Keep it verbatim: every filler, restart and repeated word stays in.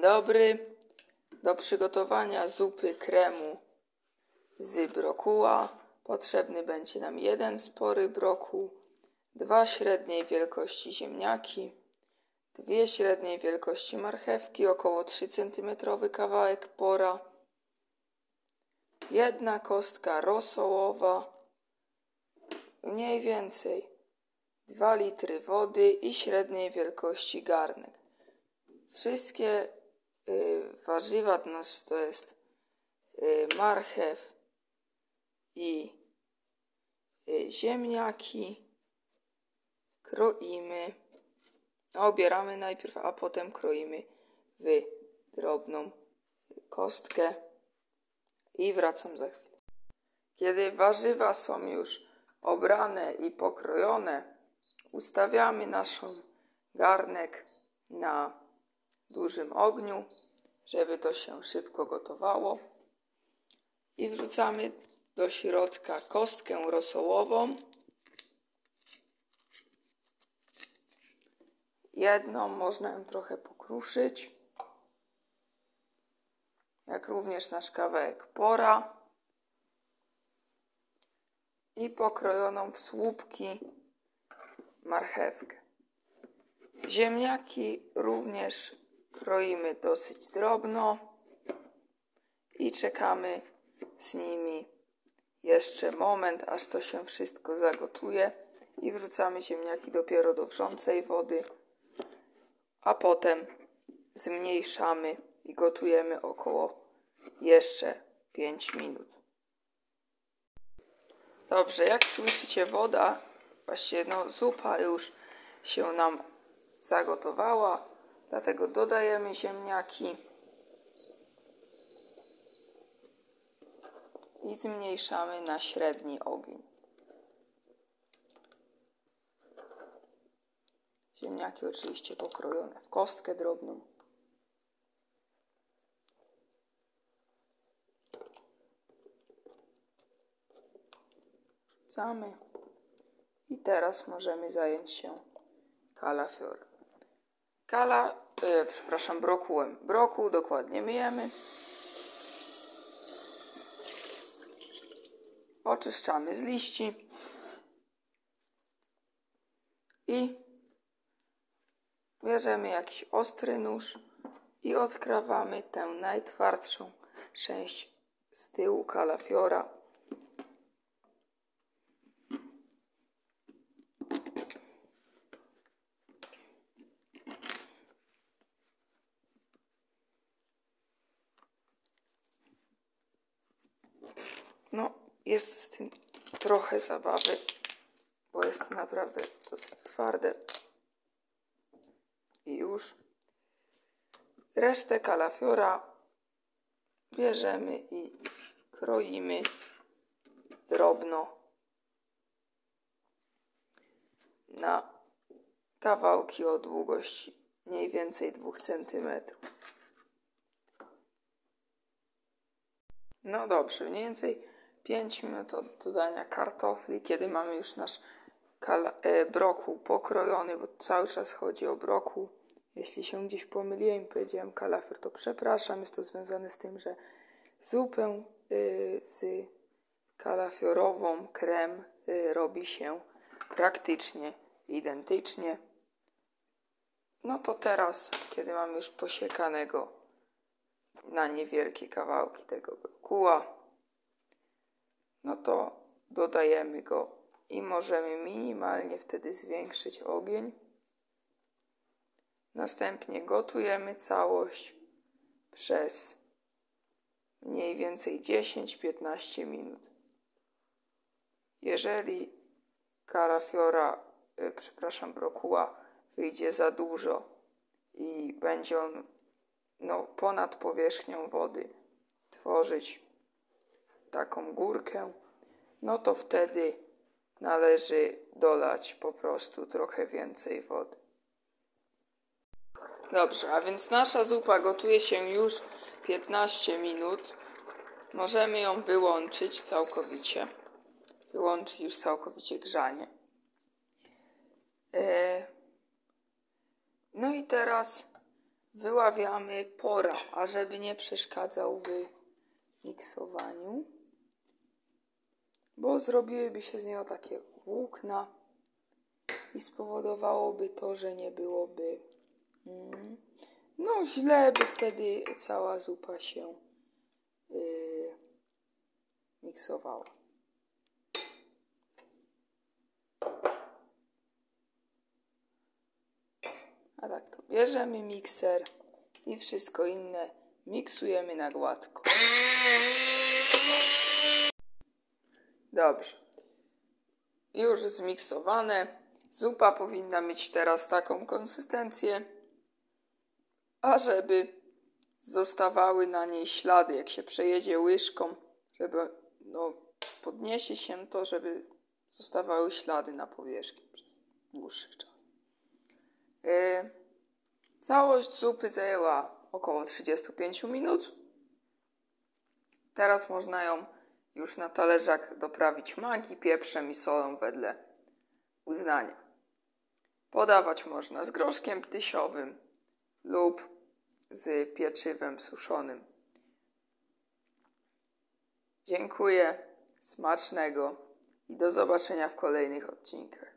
dobry. Do przygotowania zupy kremu z brokuła potrzebny będzie nam jeden spory brokuł, dwa średniej wielkości ziemniaki, dwie średniej wielkości marchewki, około trzy centymetry kawałek pora, jedna kostka rosołowa, mniej więcej dwa litry wody i średniej wielkości garnek. Wszystkie y, warzywa nasze to jest y, marchew i y, ziemniaki. Kroimy, obieramy najpierw, a potem kroimy w drobną kostkę i wracam za chwilę. Kiedy warzywa są już obrane i pokrojone, ustawiamy naszą garnek na dużym ogniu, żeby to się szybko gotowało, i wrzucamy do środka kostkę rosołową, jedną, można ją trochę pokruszyć, jak również nasz kawałek pora i pokrojoną w słupki marchewkę. Ziemniaki również kroimy dosyć drobno i czekamy z nimi jeszcze moment, aż to się wszystko zagotuje, i wrzucamy ziemniaki dopiero do wrzącej wody, a potem zmniejszamy i gotujemy około jeszcze pięć minut. Dobrze, jak słyszycie, woda, właściwie no zupa już się nam zagotowała, dlatego dodajemy ziemniaki i zmniejszamy na średni ogień. Ziemniaki oczywiście pokrojone w kostkę drobną. Wrzucamy i teraz możemy zająć się kalafiorem. Kala, e, przepraszam, brokułem. Brokuł dokładnie myjemy. Oczyszczamy z liści i bierzemy jakiś ostry nóż i odkrawamy tę najtwardszą część z tyłu kalafiora. No, jest z tym trochę zabawy, bo jest naprawdę dosyć twarde. I już resztę kalafiora bierzemy i kroimy drobno na kawałki o długości mniej więcej dwóch centymetrów. No dobrze, mniej więcej pięć minut od dodania kartofli, kiedy mamy już nasz kala, e, brokuł pokrojony, bo cały czas chodzi o brokuł. Jeśli się gdzieś pomyliłem i powiedziałem kalafior, to przepraszam. Jest to związane z tym, że zupę y, z kalafiorową krem y, robi się praktycznie identycznie. No to teraz, kiedy mamy już posiekanego na niewielkie kawałki tego brokuła, no to dodajemy go i możemy minimalnie wtedy zwiększyć ogień. Następnie gotujemy całość przez mniej więcej dziesięć do piętnastu minut. Jeżeli kalafiora, yy, przepraszam, brokuła wyjdzie za dużo i będzie on no, ponad powierzchnią wody tworzyć taką górkę, no to wtedy należy dolać po prostu trochę więcej wody. Dobrze, a więc nasza zupa gotuje się już piętnaście minut. Możemy ją wyłączyć całkowicie. Wyłączyć już całkowicie grzanie. No i teraz wyławiamy pora, ażeby nie przeszkadzał w miksowaniu, bo zrobiłyby się z niego takie włókna i spowodowałoby to, że nie byłoby mm, no źle by wtedy cała zupa się yy, miksowała. A tak to bierzemy mikser i wszystko inne miksujemy na gładko. Dobrze. Już zmiksowane. Zupa powinna mieć teraz taką konsystencję, ażeby zostawały na niej ślady, jak się przejedzie łyżką, żeby no, podniesie się to, żeby zostawały ślady na powierzchni przez dłuższy czas. Yy, całość zupy zajęła około trzydzieści pięć minut. Teraz można ją już na talerzach doprawić maggi, pieprzem i solą wedle uznania. Podawać można z groszkiem ptysiowym lub z pieczywem suszonym. Dziękuję, smacznego i do zobaczenia w kolejnych odcinkach.